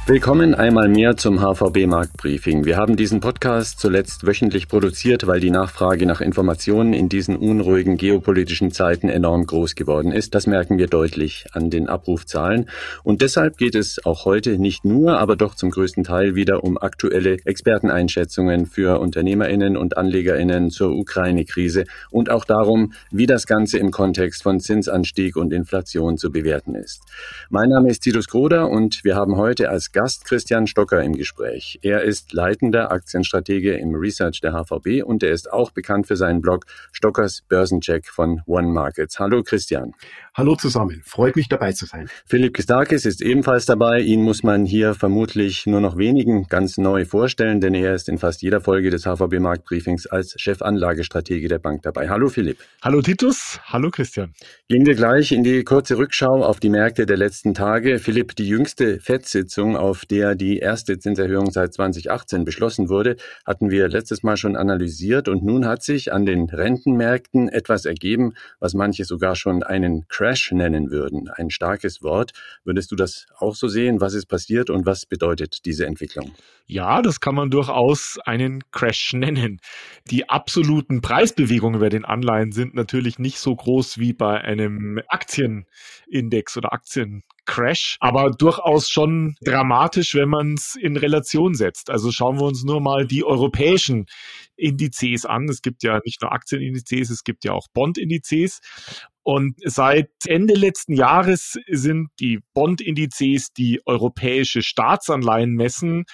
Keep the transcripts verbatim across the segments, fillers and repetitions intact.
Willkommen einmal mehr zum H V B-Marktbriefing. Wir haben diesen Podcast zuletzt wöchentlich produziert, weil die Nachfrage nach Informationen in diesen unruhigen geopolitischen Zeiten enorm groß geworden ist. Das merken wir deutlich an den Abrufzahlen. Und deshalb geht es auch heute nicht nur, aber doch zum größten Teil wieder um aktuelle Experteneinschätzungen für UnternehmerInnen und AnlegerInnen zur Ukraine-Krise und auch darum, wie das Ganze im Kontext von Zinsanstieg und Inflation zu bewerten ist. Mein Name ist Titus Groder und wir haben heute als Gast Christian Stocker im Gespräch. Er ist leitender Aktienstratege im Research der H V B und er ist auch bekannt für seinen Blog Stockers Börsencheck von One Markets. Hallo Christian. Hallo zusammen, freut mich dabei zu sein. Philipp Gistakis ist ebenfalls dabei. Ihn muss man hier vermutlich nur noch wenigen ganz neu vorstellen, denn er ist in fast jeder Folge des H V B-Marktbriefings als Chefanlagestratege der Bank dabei. Hallo Philipp. Hallo Titus, hallo Christian. Gehen wir gleich in die kurze Rückschau auf die Märkte der letzten Tage. Philipp, die jüngste F E D-Sitzung, auf der die erste Zinserhöhung seit zwanzig achtzehn beschlossen wurde, hatten wir letztes Mal schon analysiert und nun hat sich an den Rentenmärkten etwas ergeben, was manche sogar schon einen Crash nennen würden. Ein starkes Wort. Würdest du das auch so sehen? Was ist passiert und was bedeutet diese Entwicklung? Ja, das kann man durchaus einen Crash nennen. Die absoluten Preisbewegungen bei den Anleihen sind natürlich nicht so groß wie bei einem Aktienindex oder Aktiencrash, aber durchaus schon dramatisch, wenn man es in Relation setzt. Also schauen wir uns nur mal die europäischen Indizes an. Es gibt ja nicht nur Aktienindizes, es gibt ja auch Bondindizes. Und seit Ende letzten Jahres sind die Bondindizes, die europäische Staatsanleihen messen,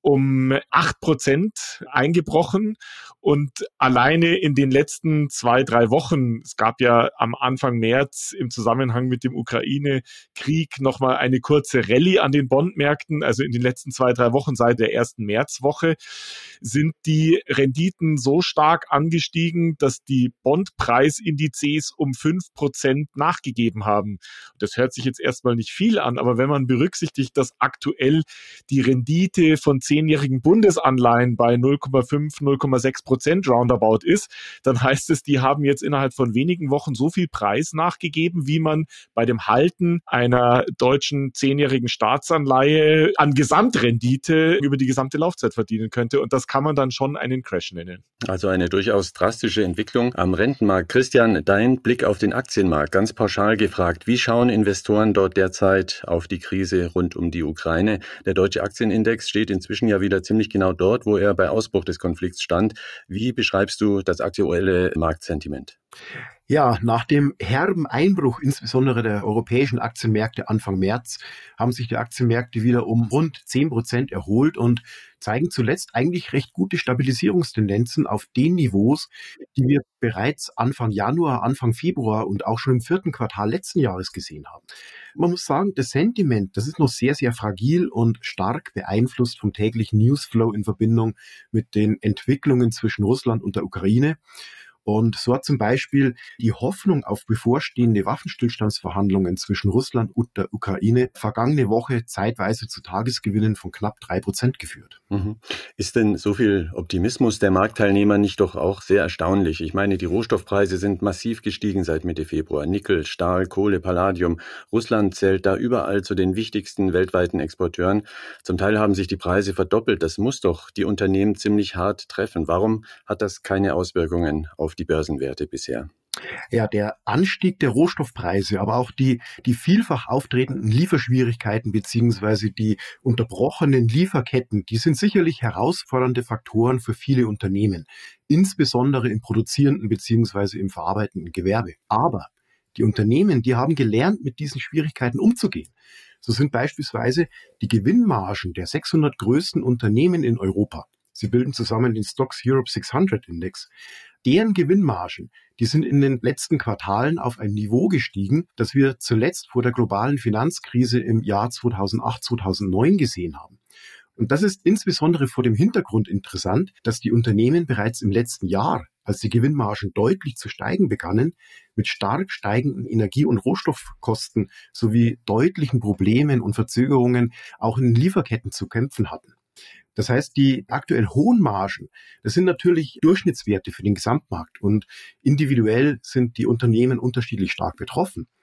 um acht Prozent eingebrochen und alleine in den letzten zwei, drei Wochen, es gab ja am Anfang März im Zusammenhang mit dem Ukraine-Krieg nochmal eine kurze Rallye an den Bondmärkten, also in den letzten zwei, drei Wochen seit der ersten Märzwoche sind die Renditen so stark angestiegen, dass die Bondpreisindizes um fünf Prozent nachgegeben haben. Das hört sich jetzt erstmal nicht viel an, aber wenn man berücksichtigt, dass aktuell die Rendite von zehnjährigen Bundesanleihen bei null Komma fünf, null Komma sechs Prozent roundabout ist, dann heißt es, die haben jetzt innerhalb von wenigen Wochen so viel Preis nachgegeben, wie man bei dem Halten einer deutschen zehnjährigen Staatsanleihe an Gesamtrendite über die gesamte Laufzeit verdienen könnte. Und das kann man dann schon einen Crash nennen. Also eine durchaus drastische Entwicklung am Rentenmarkt. Christian, dein Blick auf den Aktienmarkt, ganz pauschal gefragt. Wie schauen Investoren dort derzeit auf die Krise rund um die Ukraine? Der deutsche Aktienindex steht inzwischen ja wieder ziemlich genau dort, wo er bei Ausbruch des Konflikts stand. Wie beschreibst du das aktuelle Marktsentiment? Ja, nach dem herben Einbruch, insbesondere der europäischen Aktienmärkte Anfang März, haben sich die Aktienmärkte wieder um rund zehn Prozent erholt und zeigen zuletzt eigentlich recht gute Stabilisierungstendenzen auf den Niveaus, die wir bereits Anfang Januar, Anfang Februar und auch schon im vierten Quartal letzten Jahres gesehen haben. Man muss sagen, das Sentiment, das ist noch sehr, sehr fragil und stark beeinflusst vom täglichen Newsflow in Verbindung mit den Entwicklungen zwischen Russland und der Ukraine. Und so hat zum Beispiel die Hoffnung auf bevorstehende Waffenstillstandsverhandlungen zwischen Russland und der Ukraine vergangene Woche zeitweise zu Tagesgewinnen von knapp drei Prozent geführt. Mhm. Ist denn so viel Optimismus der Marktteilnehmer nicht doch auch sehr erstaunlich? Ich meine, die Rohstoffpreise sind massiv gestiegen seit Mitte Februar. Nickel, Stahl, Kohle, Palladium. Russland zählt da überall zu den wichtigsten weltweiten Exporteuren. Zum Teil haben sich die Preise verdoppelt. Das muss doch die Unternehmen ziemlich hart treffen. Warum hat das keine Auswirkungen auf die Börsenwerte bisher? Ja, der Anstieg der Rohstoffpreise, aber auch die, die vielfach auftretenden Lieferschwierigkeiten beziehungsweise die unterbrochenen Lieferketten, die sind sicherlich herausfordernde Faktoren für viele Unternehmen, insbesondere im produzierenden beziehungsweise im verarbeitenden Gewerbe. Aber die Unternehmen, die haben gelernt, mit diesen Schwierigkeiten umzugehen. So sind beispielsweise die Gewinnmargen der sechshundert größten Unternehmen in Europa, sie bilden zusammen den Stocks Europe sechshundert Index, deren Gewinnmargen, die sind in den letzten Quartalen auf ein Niveau gestiegen, das wir zuletzt vor der globalen Finanzkrise im Jahr zweitausendacht, zweitausendneun gesehen haben. Und das ist insbesondere vor dem Hintergrund interessant, dass die Unternehmen bereits im letzten Jahr, als die Gewinnmargen deutlich zu steigen begannen, mit stark steigenden Energie- und Rohstoffkosten sowie deutlichen Problemen und Verzögerungen auch in den Lieferketten zu kämpfen hatten. Das heißt, die aktuell hohen Margen, das sind natürlich Durchschnittswerte für den Gesamtmarkt und individuell sind die Unternehmen unterschiedlich stark betroffen.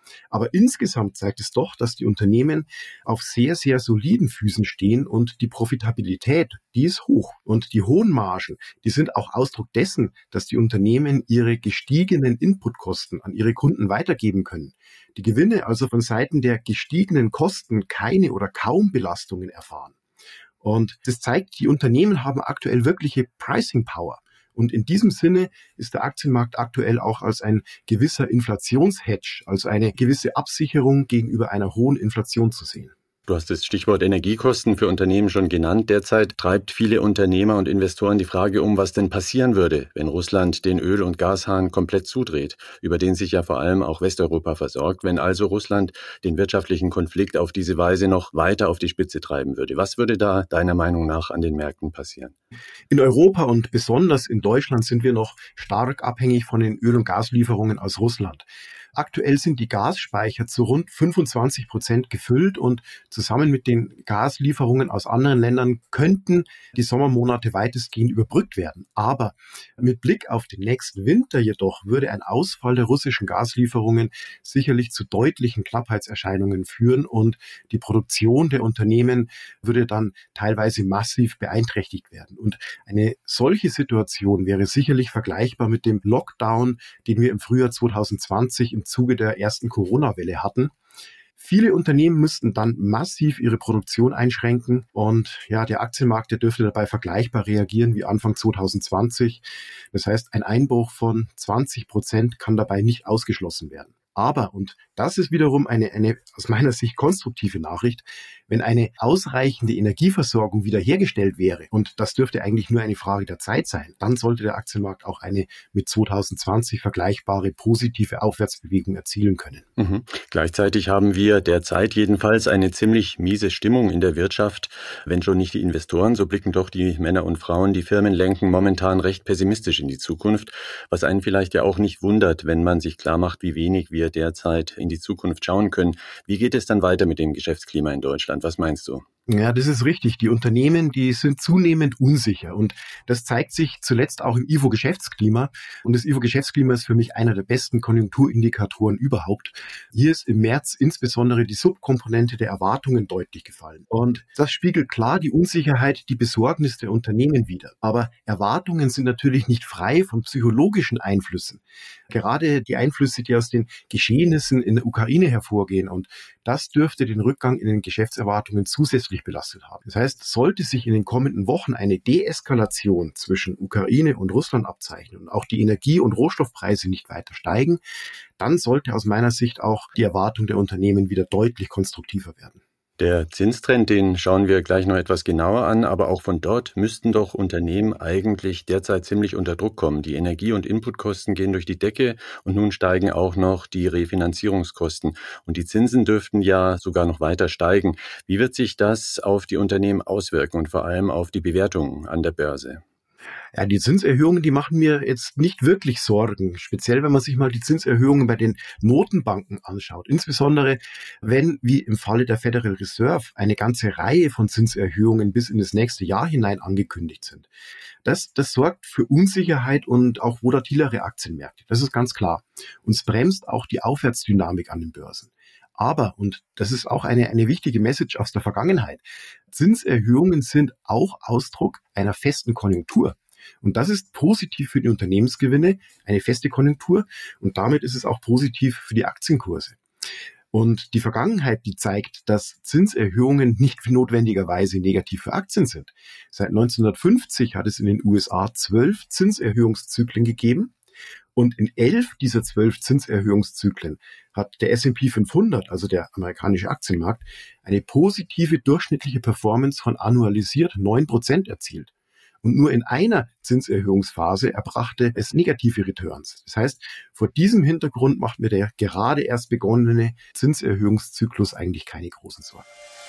Aber insgesamt zeigt es doch, dass die Unternehmen auf sehr, sehr soliden Füßen stehen und die Profitabilität, die ist hoch. Und die hohen Margen, die sind auch Ausdruck dessen, dass die Unternehmen ihre gestiegenen Inputkosten an ihre Kunden weitergeben können. Die Gewinne also von Seiten der gestiegenen Kosten keine oder kaum Belastungen erfahren. Und das zeigt, die Unternehmen haben aktuell wirkliche Pricing Power. Und in diesem Sinne ist der Aktienmarkt aktuell auch als ein gewisser Inflationshedge, also eine gewisse Absicherung gegenüber einer hohen Inflation zu sehen. Du hast das Stichwort Energiekosten für Unternehmen schon genannt. Derzeit treibt viele Unternehmer und Investoren die Frage um, was denn passieren würde, wenn Russland den Öl- und Gashahn komplett zudreht, über den sich ja vor allem auch Westeuropa versorgt, wenn also Russland den wirtschaftlichen Konflikt auf diese Weise noch weiter auf die Spitze treiben würde. Was würde da deiner Meinung nach an den Märkten passieren? In Europa und besonders in Deutschland sind wir noch stark abhängig von den Öl- und Gaslieferungen aus Russland. Aktuell sind die Gasspeicher zu rund fünfundzwanzig Prozent gefüllt und zusammen mit den Gaslieferungen aus anderen Ländern könnten die Sommermonate weitestgehend überbrückt werden. Aber mit Blick auf den nächsten Winter jedoch würde ein Ausfall der russischen Gaslieferungen sicherlich zu deutlichen Knappheitserscheinungen führen und die Produktion der Unternehmen würde dann teilweise massiv beeinträchtigt werden. Und eine solche Situation wäre sicherlich vergleichbar mit dem Lockdown, den wir im Frühjahr zwanzig zwanzig im Zuge der ersten Corona-Welle hatten. Viele Unternehmen müssten dann massiv ihre Produktion einschränken und ja, der Aktienmarkt, der dürfte dabei vergleichbar reagieren wie Anfang zwanzig zwanzig. Das heißt, ein Einbruch von zwanzig Prozent kann dabei nicht ausgeschlossen werden. Aber, und das ist wiederum eine, eine aus meiner Sicht konstruktive Nachricht, wenn eine ausreichende Energieversorgung wiederhergestellt wäre, und das dürfte eigentlich nur eine Frage der Zeit sein, dann sollte der Aktienmarkt auch eine mit zwanzig zwanzig vergleichbare positive Aufwärtsbewegung erzielen können. Mhm. Gleichzeitig haben wir derzeit jedenfalls eine ziemlich miese Stimmung in der Wirtschaft. Wenn schon nicht die Investoren, so blicken doch die Männer und Frauen, die Firmen lenken, momentan recht pessimistisch in die Zukunft, was einen vielleicht ja auch nicht wundert, wenn man sich klar macht, wie wenig wir derzeit in die Zukunft schauen können. Wie geht es dann weiter mit dem Geschäftsklima in Deutschland? Was meinst du? Ja, das ist richtig. Die Unternehmen, die sind zunehmend unsicher und das zeigt sich zuletzt auch im I F O-Geschäftsklima. Und das I F O-Geschäftsklima ist für mich einer der besten Konjunkturindikatoren überhaupt. Hier ist im März insbesondere die Subkomponente der Erwartungen deutlich gefallen. Und das spiegelt klar die Unsicherheit, die Besorgnis der Unternehmen wider. Aber Erwartungen sind natürlich nicht frei von psychologischen Einflüssen. Gerade die Einflüsse, die aus den Geschehnissen in der Ukraine hervorgehen. Und das dürfte den Rückgang in den Geschäftserwartungen zusätzlich belastet haben. Das heißt, sollte sich in den kommenden Wochen eine Deeskalation zwischen Ukraine und Russland abzeichnen und auch die Energie- und Rohstoffpreise nicht weiter steigen, dann sollte aus meiner Sicht auch die Erwartung der Unternehmen wieder deutlich konstruktiver werden. Der Zinstrend, den schauen wir gleich noch etwas genauer an, aber auch von dort müssten doch Unternehmen eigentlich derzeit ziemlich unter Druck kommen. Die Energie- und Inputkosten gehen durch die Decke und nun steigen auch noch die Refinanzierungskosten. Und die Zinsen dürften ja sogar noch weiter steigen. Wie wird sich das auf die Unternehmen auswirken und vor allem auf die Bewertungen an der Börse? Ja, die Zinserhöhungen, die machen mir jetzt nicht wirklich Sorgen, speziell wenn man sich mal die Zinserhöhungen bei den Notenbanken anschaut. Insbesondere wenn, wie im Falle der Federal Reserve, eine ganze Reihe von Zinserhöhungen bis in das nächste Jahr hinein angekündigt sind. Das, das sorgt für Unsicherheit und auch volatilere Aktienmärkte. Das ist ganz klar. Und es bremst auch die Aufwärtsdynamik an den Börsen. Aber, und das ist auch eine, eine wichtige Message aus der Vergangenheit, Zinserhöhungen sind auch Ausdruck einer festen Konjunktur. Und das ist positiv für die Unternehmensgewinne, eine feste Konjunktur. Und damit ist es auch positiv für die Aktienkurse. Und die Vergangenheit, die zeigt, dass Zinserhöhungen nicht notwendigerweise negativ für Aktien sind. Seit neunzehnhundertfünfzig hat es in den U S A zwölf Zinserhöhungszyklen gegeben. Und in elf dieser zwölf Zinserhöhungszyklen hat der S und P fünfhundert, also der amerikanische Aktienmarkt, eine positive durchschnittliche Performance von annualisiert neun Prozent erzielt. Und nur in einer Zinserhöhungsphase erbrachte es negative Returns. Das heißt, vor diesem Hintergrund macht mir der gerade erst begonnene Zinserhöhungszyklus eigentlich keine großen Sorgen.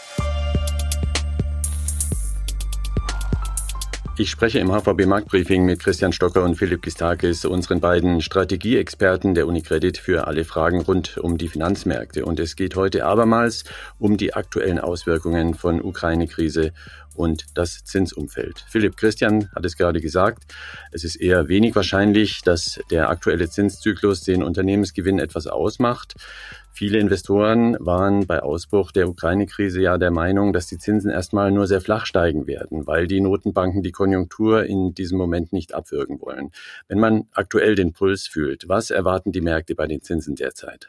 Ich spreche im H V B-Marktbriefing mit Christian Stocker und Philipp Gistakis, unseren beiden Strategieexperten der UniCredit für alle Fragen rund um die Finanzmärkte. Und es geht heute abermals um die aktuellen Auswirkungen von Ukraine-Krise und das Zinsumfeld. Philipp, Christian hat es gerade gesagt, es ist eher wenig wahrscheinlich, dass der aktuelle Zinszyklus den Unternehmensgewinn etwas ausmacht. Viele Investoren waren bei Ausbruch der Ukraine-Krise ja der Meinung, dass die Zinsen erstmal nur sehr flach steigen werden, weil die Notenbanken die Konjunktur in diesem Moment nicht abwürgen wollen. Wenn man aktuell den Puls fühlt, was erwarten die Märkte bei den Zinsen derzeit?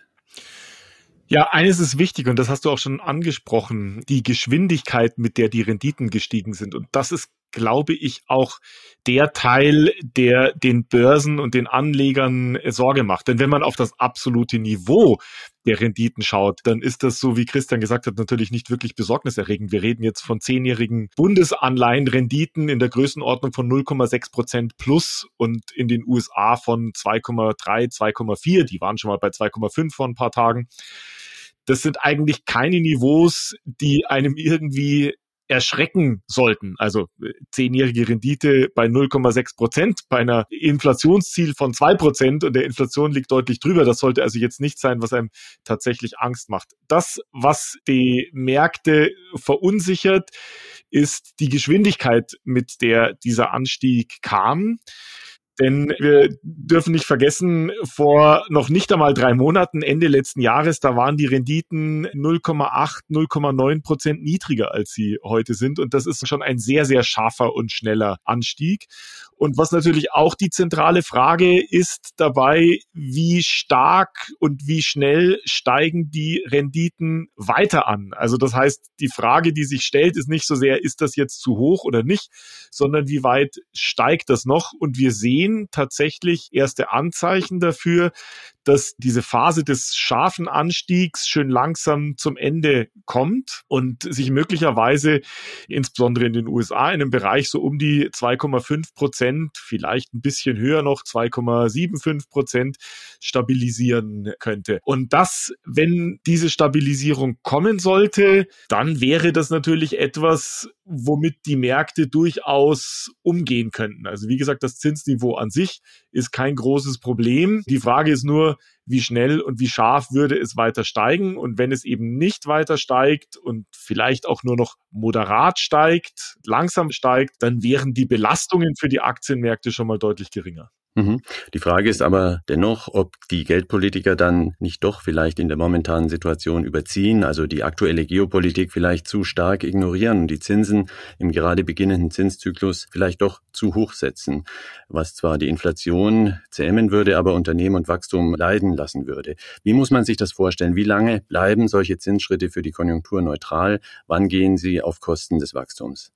Ja, eines ist wichtig und das hast du auch schon angesprochen, die Geschwindigkeit, mit der die Renditen gestiegen sind. Und das ist, glaube ich, auch der Teil, der den Börsen und den Anlegern Sorge macht. Denn wenn man auf das absolute Niveau der Renditen schaut, dann ist das, so wie Christian gesagt hat, natürlich nicht wirklich besorgniserregend. Wir reden jetzt von zehnjährigen Bundesanleihenrenditen in der Größenordnung von null Komma sechs Prozent plus und in den U S A von zwei Komma drei, zwei Komma vier. Die waren schon mal bei zwei Komma fünf vor ein paar Tagen. Das sind eigentlich keine Niveaus, die einem irgendwie erschrecken sollten. Also zehnjährige Rendite bei null Komma sechs Prozent, bei einer Inflationsziel von zwei Prozent und der Inflation liegt deutlich drüber. Das sollte also jetzt nicht sein, was einem tatsächlich Angst macht. Das, was die Märkte verunsichert, ist die Geschwindigkeit, mit der dieser Anstieg kam. Denn wir dürfen nicht vergessen, vor noch nicht einmal drei Monaten, Ende letzten Jahres, da waren die Renditen null Komma acht, null Komma neun Prozent niedriger, als sie heute sind. Und das ist schon ein sehr, sehr scharfer und schneller Anstieg. Und was natürlich auch die zentrale Frage ist dabei, wie stark und wie schnell steigen die Renditen weiter an? Also das heißt, die Frage, die sich stellt, ist nicht so sehr, ist das jetzt zu hoch oder nicht, sondern wie weit steigt das noch? Und wir sehen tatsächlich erste Anzeichen dafür, dass diese Phase des scharfen Anstiegs schön langsam zum Ende kommt und sich möglicherweise insbesondere in den U S A in einem Bereich so um die zwei Komma fünf Prozent, vielleicht ein bisschen höher noch, zwei Komma fünfundsiebzig Prozent stabilisieren könnte. Und das, wenn diese Stabilisierung kommen sollte, dann wäre das natürlich etwas, womit die Märkte durchaus umgehen könnten. Also wie gesagt, das Zinsniveau an sich ist kein großes Problem. Die Frage ist nur, wie schnell und wie scharf würde es weiter steigen. Und wenn es eben nicht weiter steigt und vielleicht auch nur noch moderat steigt, langsam steigt, dann wären die Belastungen für die Aktienmärkte schon mal deutlich geringer. Mhm. Die Frage ist aber dennoch, ob die Geldpolitiker dann nicht doch vielleicht in der momentanen Situation überziehen, also die aktuelle Geopolitik vielleicht zu stark ignorieren und die Zinsen im gerade beginnenden Zinszyklus vielleicht doch zu hoch setzen, was zwar die Inflation zähmen würde, aber Unternehmen und Wachstum leiden lassen würde. Wie muss man sich das vorstellen? Wie lange bleiben solche Zinsschritte für die Konjunktur neutral? Wann gehen sie auf Kosten des Wachstums?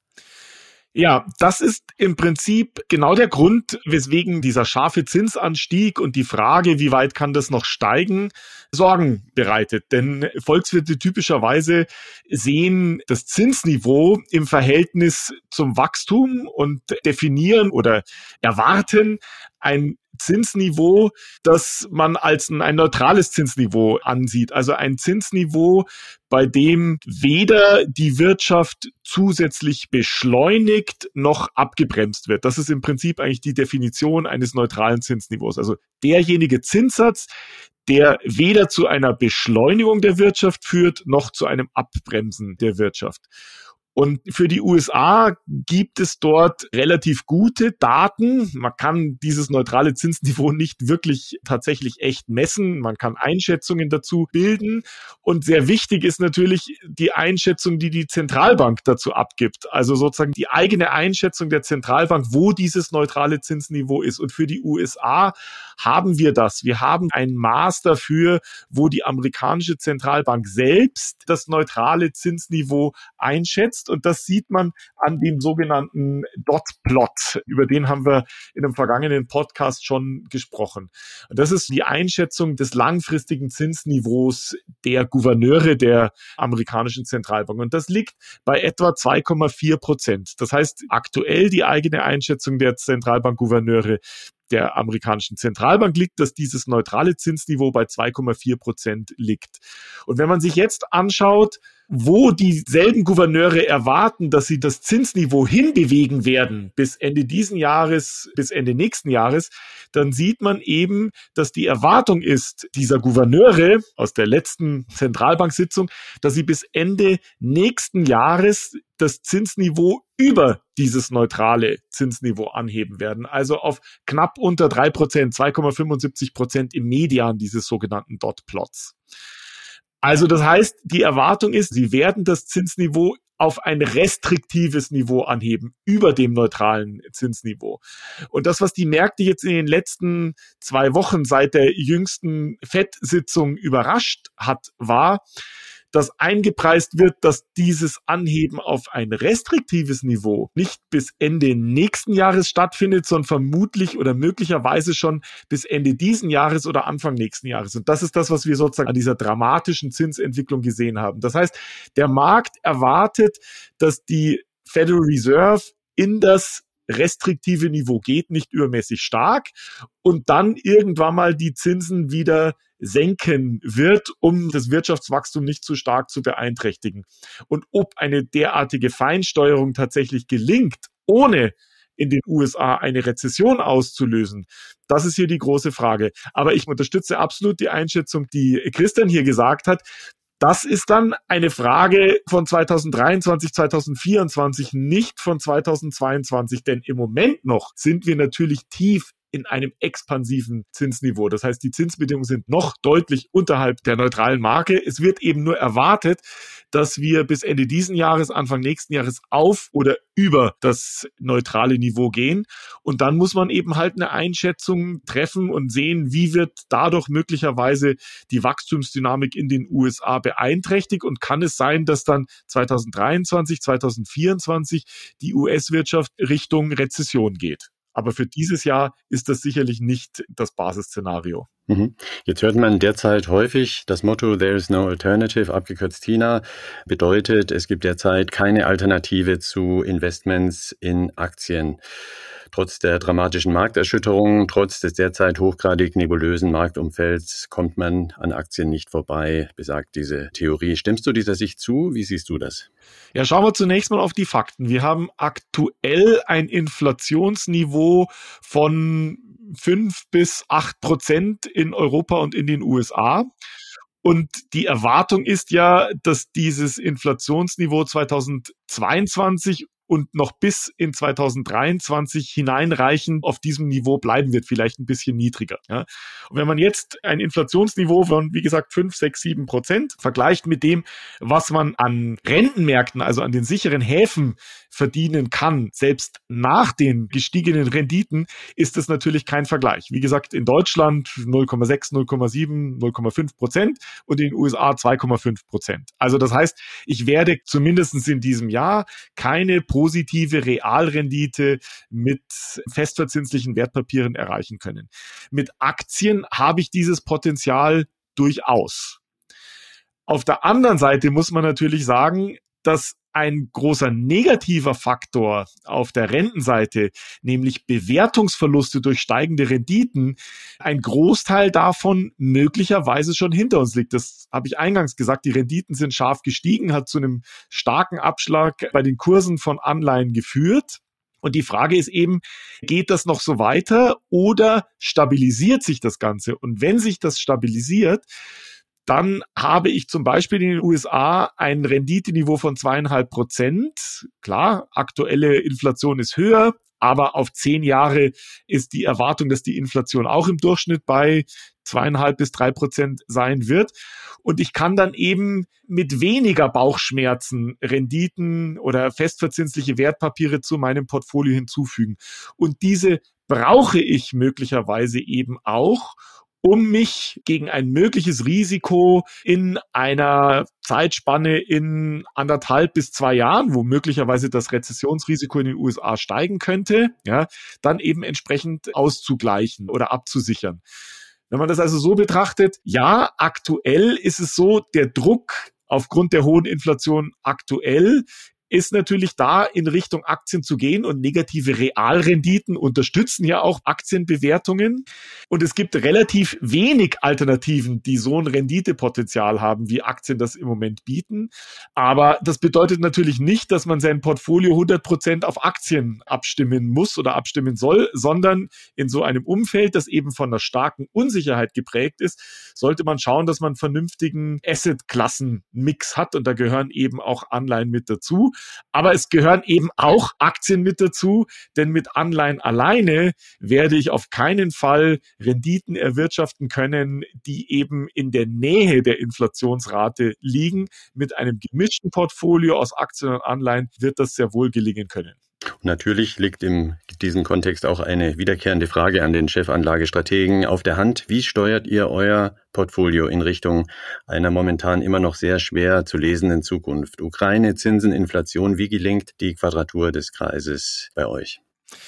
Ja, das ist im Prinzip genau der Grund, weswegen dieser scharfe Zinsanstieg und die Frage, wie weit kann das noch steigen, Sorgen bereitet. Denn Volkswirte typischerweise sehen das Zinsniveau im Verhältnis zum Wachstum und definieren oder erwarten ein Zinsniveau, das man als ein, ein neutrales Zinsniveau ansieht. Also ein Zinsniveau, bei dem weder die Wirtschaft zusätzlich beschleunigt noch abgebremst wird. Das ist im Prinzip eigentlich die Definition eines neutralen Zinsniveaus. Also derjenige Zinssatz, der weder zu einer Beschleunigung der Wirtschaft führt, noch zu einem Abbremsen der Wirtschaft. Und für die U S A gibt es dort relativ gute Daten. Man kann dieses neutrale Zinsniveau nicht wirklich tatsächlich echt messen. Man kann Einschätzungen dazu bilden. Und sehr wichtig ist natürlich die Einschätzung, die die Zentralbank dazu abgibt. Also sozusagen die eigene Einschätzung der Zentralbank, wo dieses neutrale Zinsniveau ist. Und für die U S A haben wir das. Wir haben ein Maß dafür, wo die amerikanische Zentralbank selbst das neutrale Zinsniveau einschätzt. Und das sieht man an dem sogenannten Dot-Plot. Über den haben wir in einem vergangenen Podcast schon gesprochen. Und das ist die Einschätzung des langfristigen Zinsniveaus der Gouverneure der amerikanischen Zentralbank. Und das liegt bei etwa zwei Komma vier Prozent. Das heißt, aktuell die eigene Einschätzung der Zentralbankgouverneure der amerikanischen Zentralbank liegt, dass dieses neutrale Zinsniveau bei zwei Komma vier Prozent liegt. Und wenn man sich jetzt anschaut, wo dieselben Gouverneure erwarten, dass sie das Zinsniveau hinbewegen werden bis Ende diesen Jahres, bis Ende nächsten Jahres, dann sieht man eben, dass die Erwartung ist, dieser Gouverneure aus der letzten Zentralbanksitzung, dass sie bis Ende nächsten Jahres das Zinsniveau über dieses neutrale Zinsniveau anheben werden. Also auf knapp unter drei Prozent, zwei Komma fünfundsiebzig Prozent im Median dieses sogenannten Dot-Plots. Also das heißt, die Erwartung ist, sie werden das Zinsniveau auf ein restriktives Niveau anheben, über dem neutralen Zinsniveau. Und das, was die Märkte jetzt in den letzten zwei Wochen seit der jüngsten Fed-Sitzung überrascht hat, war, dass eingepreist wird, dass dieses Anheben auf ein restriktives Niveau nicht bis Ende nächsten Jahres stattfindet, sondern vermutlich oder möglicherweise schon bis Ende diesen Jahres oder Anfang nächsten Jahres. Und das ist das, was wir sozusagen an dieser dramatischen Zinsentwicklung gesehen haben. Das heißt, der Markt erwartet, dass die Federal Reserve in das restriktive Niveau geht, nicht übermäßig stark, und dann irgendwann mal die Zinsen wieder senken wird, um das Wirtschaftswachstum nicht zu stark zu beeinträchtigen. Und ob eine derartige Feinsteuerung tatsächlich gelingt, ohne in den U S A eine Rezession auszulösen, das ist hier die große Frage. Aber ich unterstütze absolut die Einschätzung, die Christian hier gesagt hat. Das ist dann eine Frage von zweitausenddreiundzwanzig, zweitausendvierundzwanzig, nicht von zweitausendzweiundzwanzig, denn im Moment noch sind wir natürlich tief in einem expansiven Zinsniveau. Das heißt, die Zinsbedingungen sind noch deutlich unterhalb der neutralen Marke. Es wird eben nur erwartet, dass wir bis Ende diesen Jahres, Anfang nächsten Jahres auf oder über das neutrale Niveau gehen. Und dann muss man eben halt eine Einschätzung treffen und sehen, wie wird dadurch möglicherweise die Wachstumsdynamik in den U S A beeinträchtigt, und kann es sein, dass dann zweitausenddreiundzwanzig, zweitausendvierundzwanzig die U S-Wirtschaft Richtung Rezession geht. Aber für dieses Jahr ist das sicherlich nicht das Basisszenario. Jetzt hört man derzeit häufig das Motto There is no alternative, abgekürzt T I N A, bedeutet, es gibt derzeit keine Alternative zu Investments in Aktien. Trotz der dramatischen Markterschütterung, trotz des derzeit hochgradig nebulösen Marktumfelds kommt man an Aktien nicht vorbei, besagt diese Theorie. Stimmst du dieser Sicht zu? Wie siehst du das? Ja, schauen wir zunächst mal auf die Fakten. Wir haben aktuell ein Inflationsniveau von fünf bis acht Prozent in Europa und in den U S A. Und die Erwartung ist ja, dass dieses Inflationsniveau zweitausendzweiundzwanzig und noch bis in zweitausenddreiundzwanzig hineinreichend auf diesem Niveau bleiben wird, vielleicht ein bisschen niedriger. Ja. Und wenn man jetzt ein Inflationsniveau von, wie gesagt, fünf, sechs, sieben Prozent vergleicht mit dem, was man an Rentenmärkten, also an den sicheren Häfen verdienen kann, selbst nach den gestiegenen Renditen, ist das natürlich kein Vergleich. Wie gesagt, in Deutschland null Komma sechs, null Komma sieben, null Komma fünf Prozent und in den U S A zwei Komma fünf Prozent. Also das heißt, ich werde zumindest in diesem Jahr keine positive Realrendite mit festverzinslichen Wertpapieren erreichen können. Mit Aktien habe ich dieses Potenzial durchaus. Auf der anderen Seite muss man natürlich sagen, dass ein großer negativer Faktor auf der Rentenseite, nämlich Bewertungsverluste durch steigende Renditen, ein Großteil davon möglicherweise schon hinter uns liegt. Das habe ich eingangs gesagt, die Renditen sind scharf gestiegen, hat zu einem starken Abschlag bei den Kursen von Anleihen geführt. Und die Frage ist eben, geht das noch so weiter oder stabilisiert sich das Ganze? Und wenn sich das stabilisiert, dann habe ich zum Beispiel in den U S A ein Renditeniveau von zweieinhalb Prozent. Klar, aktuelle Inflation ist höher, aber auf zehn Jahre ist die Erwartung, dass die Inflation auch im Durchschnitt bei zweieinhalb bis drei Prozent sein wird. Und ich kann dann eben mit weniger Bauchschmerzen Renditen oder festverzinsliche Wertpapiere zu meinem Portfolio hinzufügen. Und diese brauche ich möglicherweise eben auch, um mich gegen ein mögliches Risiko in einer Zeitspanne in anderthalb bis zwei Jahren, wo möglicherweise das Rezessionsrisiko in den U S A steigen könnte, ja, dann eben entsprechend auszugleichen oder abzusichern. Wenn man das also so betrachtet, ja, aktuell ist es so, der Druck aufgrund der hohen Inflation aktuell ist natürlich da, in Richtung Aktien zu gehen, und negative Realrenditen unterstützen ja auch Aktienbewertungen. Und es gibt relativ wenig Alternativen, die so ein Renditepotenzial haben, wie Aktien das im Moment bieten. Aber das bedeutet natürlich nicht, dass man sein Portfolio hundert Prozent auf Aktien abstimmen muss oder abstimmen soll, sondern in so einem Umfeld, das eben von einer starken Unsicherheit geprägt ist, sollte man schauen, dass man einen vernünftigen Asset-Klassen-Mix hat. Und da gehören eben auch Anleihen mit dazu. Aber es gehören eben auch Aktien mit dazu, denn mit Anleihen alleine werde ich auf keinen Fall Renditen erwirtschaften können, die eben in der Nähe der Inflationsrate liegen. Mit einem gemischten Portfolio aus Aktien und Anleihen wird das sehr wohl gelingen können. Natürlich liegt in diesem Kontext auch eine wiederkehrende Frage an den Chefanlagestrategen auf der Hand. Wie steuert ihr euer Portfolio in Richtung einer momentan immer noch sehr schwer zu lesenden Zukunft? Ukraine, Zinsen, Inflation, wie gelingt die Quadratur des Kreises bei euch?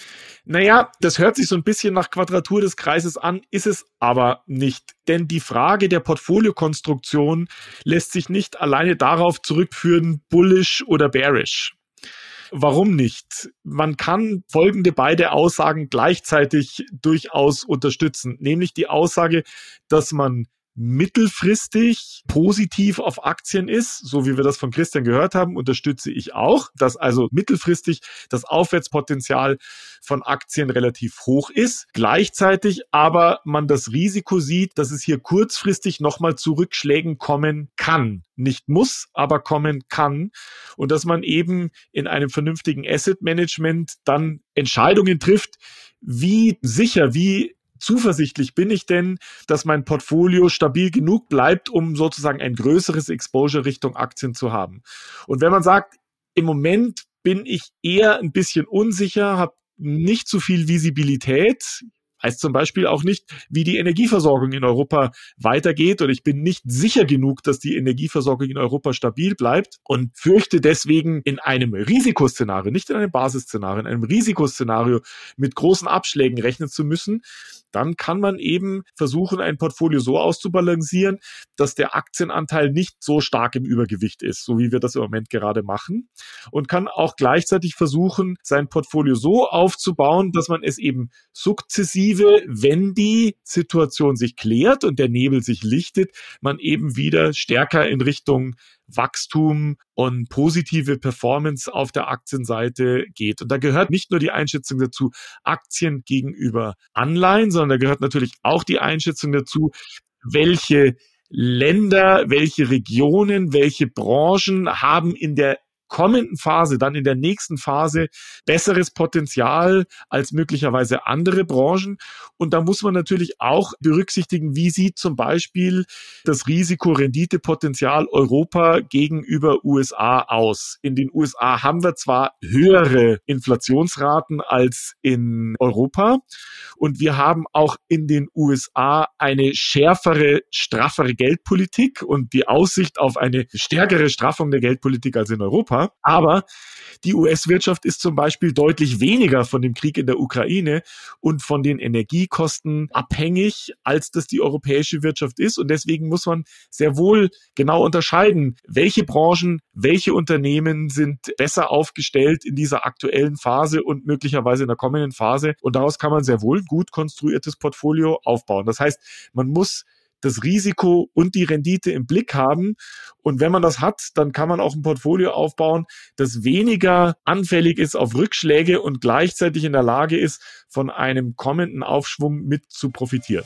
Naja, das hört sich so ein bisschen nach Quadratur des Kreises an, ist es aber nicht. Denn die Frage der Portfoliokonstruktion lässt sich nicht alleine darauf zurückführen, bullish oder bearish. Warum nicht? Man kann folgende beide Aussagen gleichzeitig durchaus unterstützen, nämlich die Aussage, dass man mittelfristig positiv auf Aktien ist, so wie wir das von Christian gehört haben, unterstütze ich auch, dass also mittelfristig das Aufwärtspotenzial von Aktien relativ hoch ist, gleichzeitig aber man das Risiko sieht, dass es hier kurzfristig nochmal zu Rückschlägen kommen kann. Nicht muss, aber kommen kann und dass man eben in einem vernünftigen Asset Management dann Entscheidungen trifft, wie sicher, wie zuversichtlich bin ich denn, dass mein Portfolio stabil genug bleibt, um sozusagen ein größeres Exposure Richtung Aktien zu haben. Und wenn man sagt, im Moment bin ich eher ein bisschen unsicher, habe nicht so viel Visibilität, heißt zum Beispiel auch nicht, wie die Energieversorgung in Europa weitergeht oder ich bin nicht sicher genug, dass die Energieversorgung in Europa stabil bleibt und fürchte deswegen in einem Risikoszenario, nicht in einem Basisszenario, in einem Risikoszenario mit großen Abschlägen rechnen zu müssen, dann kann man eben versuchen, ein Portfolio so auszubalancieren, dass der Aktienanteil nicht so stark im Übergewicht ist, so wie wir das im Moment gerade machen und kann auch gleichzeitig versuchen, sein Portfolio so aufzubauen, dass man es eben sukzessive, wenn die Situation sich klärt und der Nebel sich lichtet, man eben wieder stärker in Richtung Wachstum und positive Performance auf der Aktienseite geht. Und da gehört nicht nur die Einschätzung dazu, Aktien gegenüber Anleihen, sondern da gehört natürlich auch die Einschätzung dazu, welche Länder, welche Regionen, welche Branchen haben in der kommenden Phase, dann in der nächsten Phase besseres Potenzial als möglicherweise andere Branchen. Und da muss man natürlich auch berücksichtigen, wie sieht zum Beispiel das Risiko-Rendite-Potenzial Europa gegenüber U S A aus. In den U S A haben wir zwar höhere Inflationsraten als in Europa und wir haben auch in den U S A eine schärfere, straffere Geldpolitik und die Aussicht auf eine stärkere Straffung der Geldpolitik als in Europa. Aber die U S-Wirtschaft ist zum Beispiel deutlich weniger von dem Krieg in der Ukraine und von den Energiekosten abhängig, als das die europäische Wirtschaft ist. Und deswegen muss man sehr wohl genau unterscheiden, welche Branchen, welche Unternehmen sind besser aufgestellt in dieser aktuellen Phase und möglicherweise in der kommenden Phase. Und daraus kann man sehr wohl ein gut konstruiertes Portfolio aufbauen. Das heißt, man muss das Risiko und die Rendite im Blick haben. Und wenn man das hat, dann kann man auch ein Portfolio aufbauen, das weniger anfällig ist auf Rückschläge und gleichzeitig in der Lage ist, von einem kommenden Aufschwung mit zu profitieren.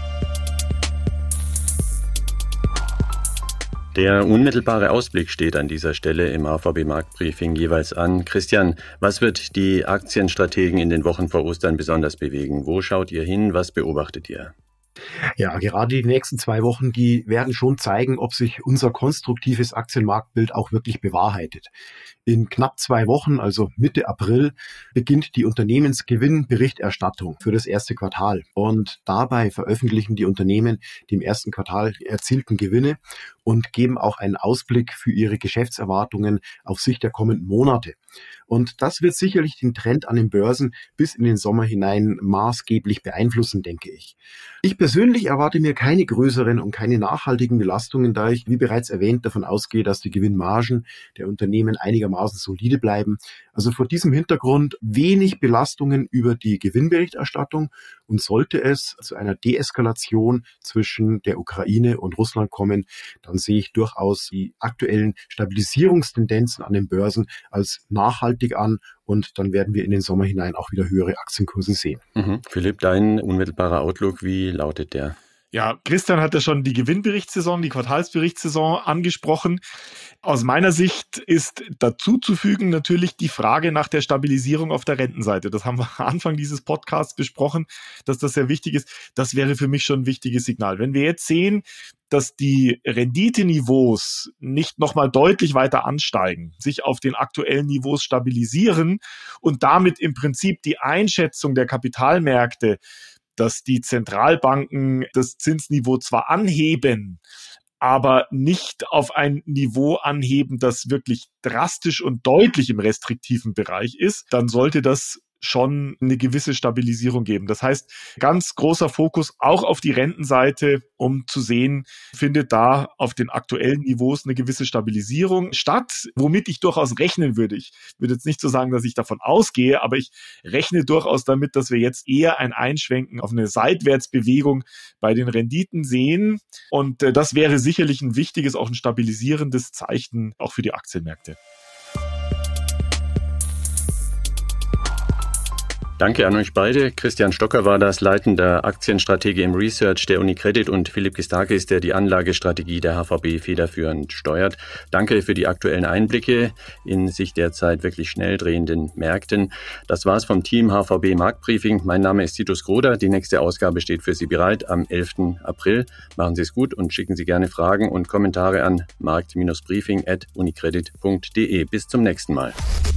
Der unmittelbare Ausblick steht an dieser Stelle im A V B-Marktbriefing jeweils an. Christian, was wird die Aktienstrategen in den Wochen vor Ostern besonders bewegen? Wo schaut ihr hin? Was beobachtet ihr? Ja, gerade die nächsten zwei Wochen, die werden schon zeigen, ob sich unser konstruktives Aktienmarktbild auch wirklich bewahrheitet. In knapp zwei Wochen, also Mitte April, beginnt die Unternehmensgewinnberichterstattung für das erste Quartal. Und dabei veröffentlichen die Unternehmen die im ersten Quartal erzielten Gewinne und geben auch einen Ausblick für ihre Geschäftserwartungen auf Sicht der kommenden Monate. Und das wird sicherlich den Trend an den Börsen bis in den Sommer hinein maßgeblich beeinflussen, denke ich. Ich persönlich erwarte mir keine größeren und keine nachhaltigen Belastungen, da ich, wie bereits erwähnt, davon ausgehe, dass die Gewinnmargen der Unternehmen einigermaßen solide bleiben. Also vor diesem Hintergrund wenig Belastungen über die Gewinnberichterstattung und sollte es zu einer Deeskalation zwischen der Ukraine und Russland kommen, dann sehe ich durchaus die aktuellen Stabilisierungstendenzen an den Börsen als nachhaltig an und dann werden wir in den Sommer hinein auch wieder höhere Aktienkurse sehen. Mhm. Philipp, dein unmittelbarer Outlook, wie lautet der? Ja, Christian hat ja schon die Gewinnberichtssaison, die Quartalsberichtssaison angesprochen. Aus meiner Sicht ist dazu zu fügen natürlich die Frage nach der Stabilisierung auf der Rentenseite. Das haben wir Anfang dieses Podcasts besprochen, dass das sehr wichtig ist. Das wäre für mich schon ein wichtiges Signal. Wenn wir jetzt sehen, dass die Renditeniveaus nicht nochmal deutlich weiter ansteigen, sich auf den aktuellen Niveaus stabilisieren und damit im Prinzip die Einschätzung der Kapitalmärkte, dass die Zentralbanken das Zinsniveau zwar anheben, aber nicht auf ein Niveau anheben, das wirklich drastisch und deutlich im restriktiven Bereich ist, dann sollte das schon eine gewisse Stabilisierung geben. Das heißt, ganz großer Fokus auch auf die Rentenseite, um zu sehen, findet da auf den aktuellen Niveaus eine gewisse Stabilisierung statt, womit ich durchaus rechnen würde. Ich würde jetzt nicht so sagen, dass ich davon ausgehe, aber ich rechne durchaus damit, dass wir jetzt eher ein Einschwenken auf eine Seitwärtsbewegung bei den Renditen sehen. Und das wäre sicherlich ein wichtiges, auch ein stabilisierendes Zeichen auch für die Aktienmärkte. Danke an euch beide. Christian Stocker war das, leitender Aktienstratege im Research der UniCredit, und Philipp Gistakis, der die Anlagestrategie der H V B federführend steuert. Danke für die aktuellen Einblicke in sich derzeit wirklich schnell drehenden Märkten. Das war's vom Team H V B Marktbriefing. Mein Name ist Titus Groder. Die nächste Ausgabe steht für Sie bereit am elften April. Machen Sie es gut und schicken Sie gerne Fragen und Kommentare an markt Bindestrich briefing at unicredit punkt de. Bis zum nächsten Mal.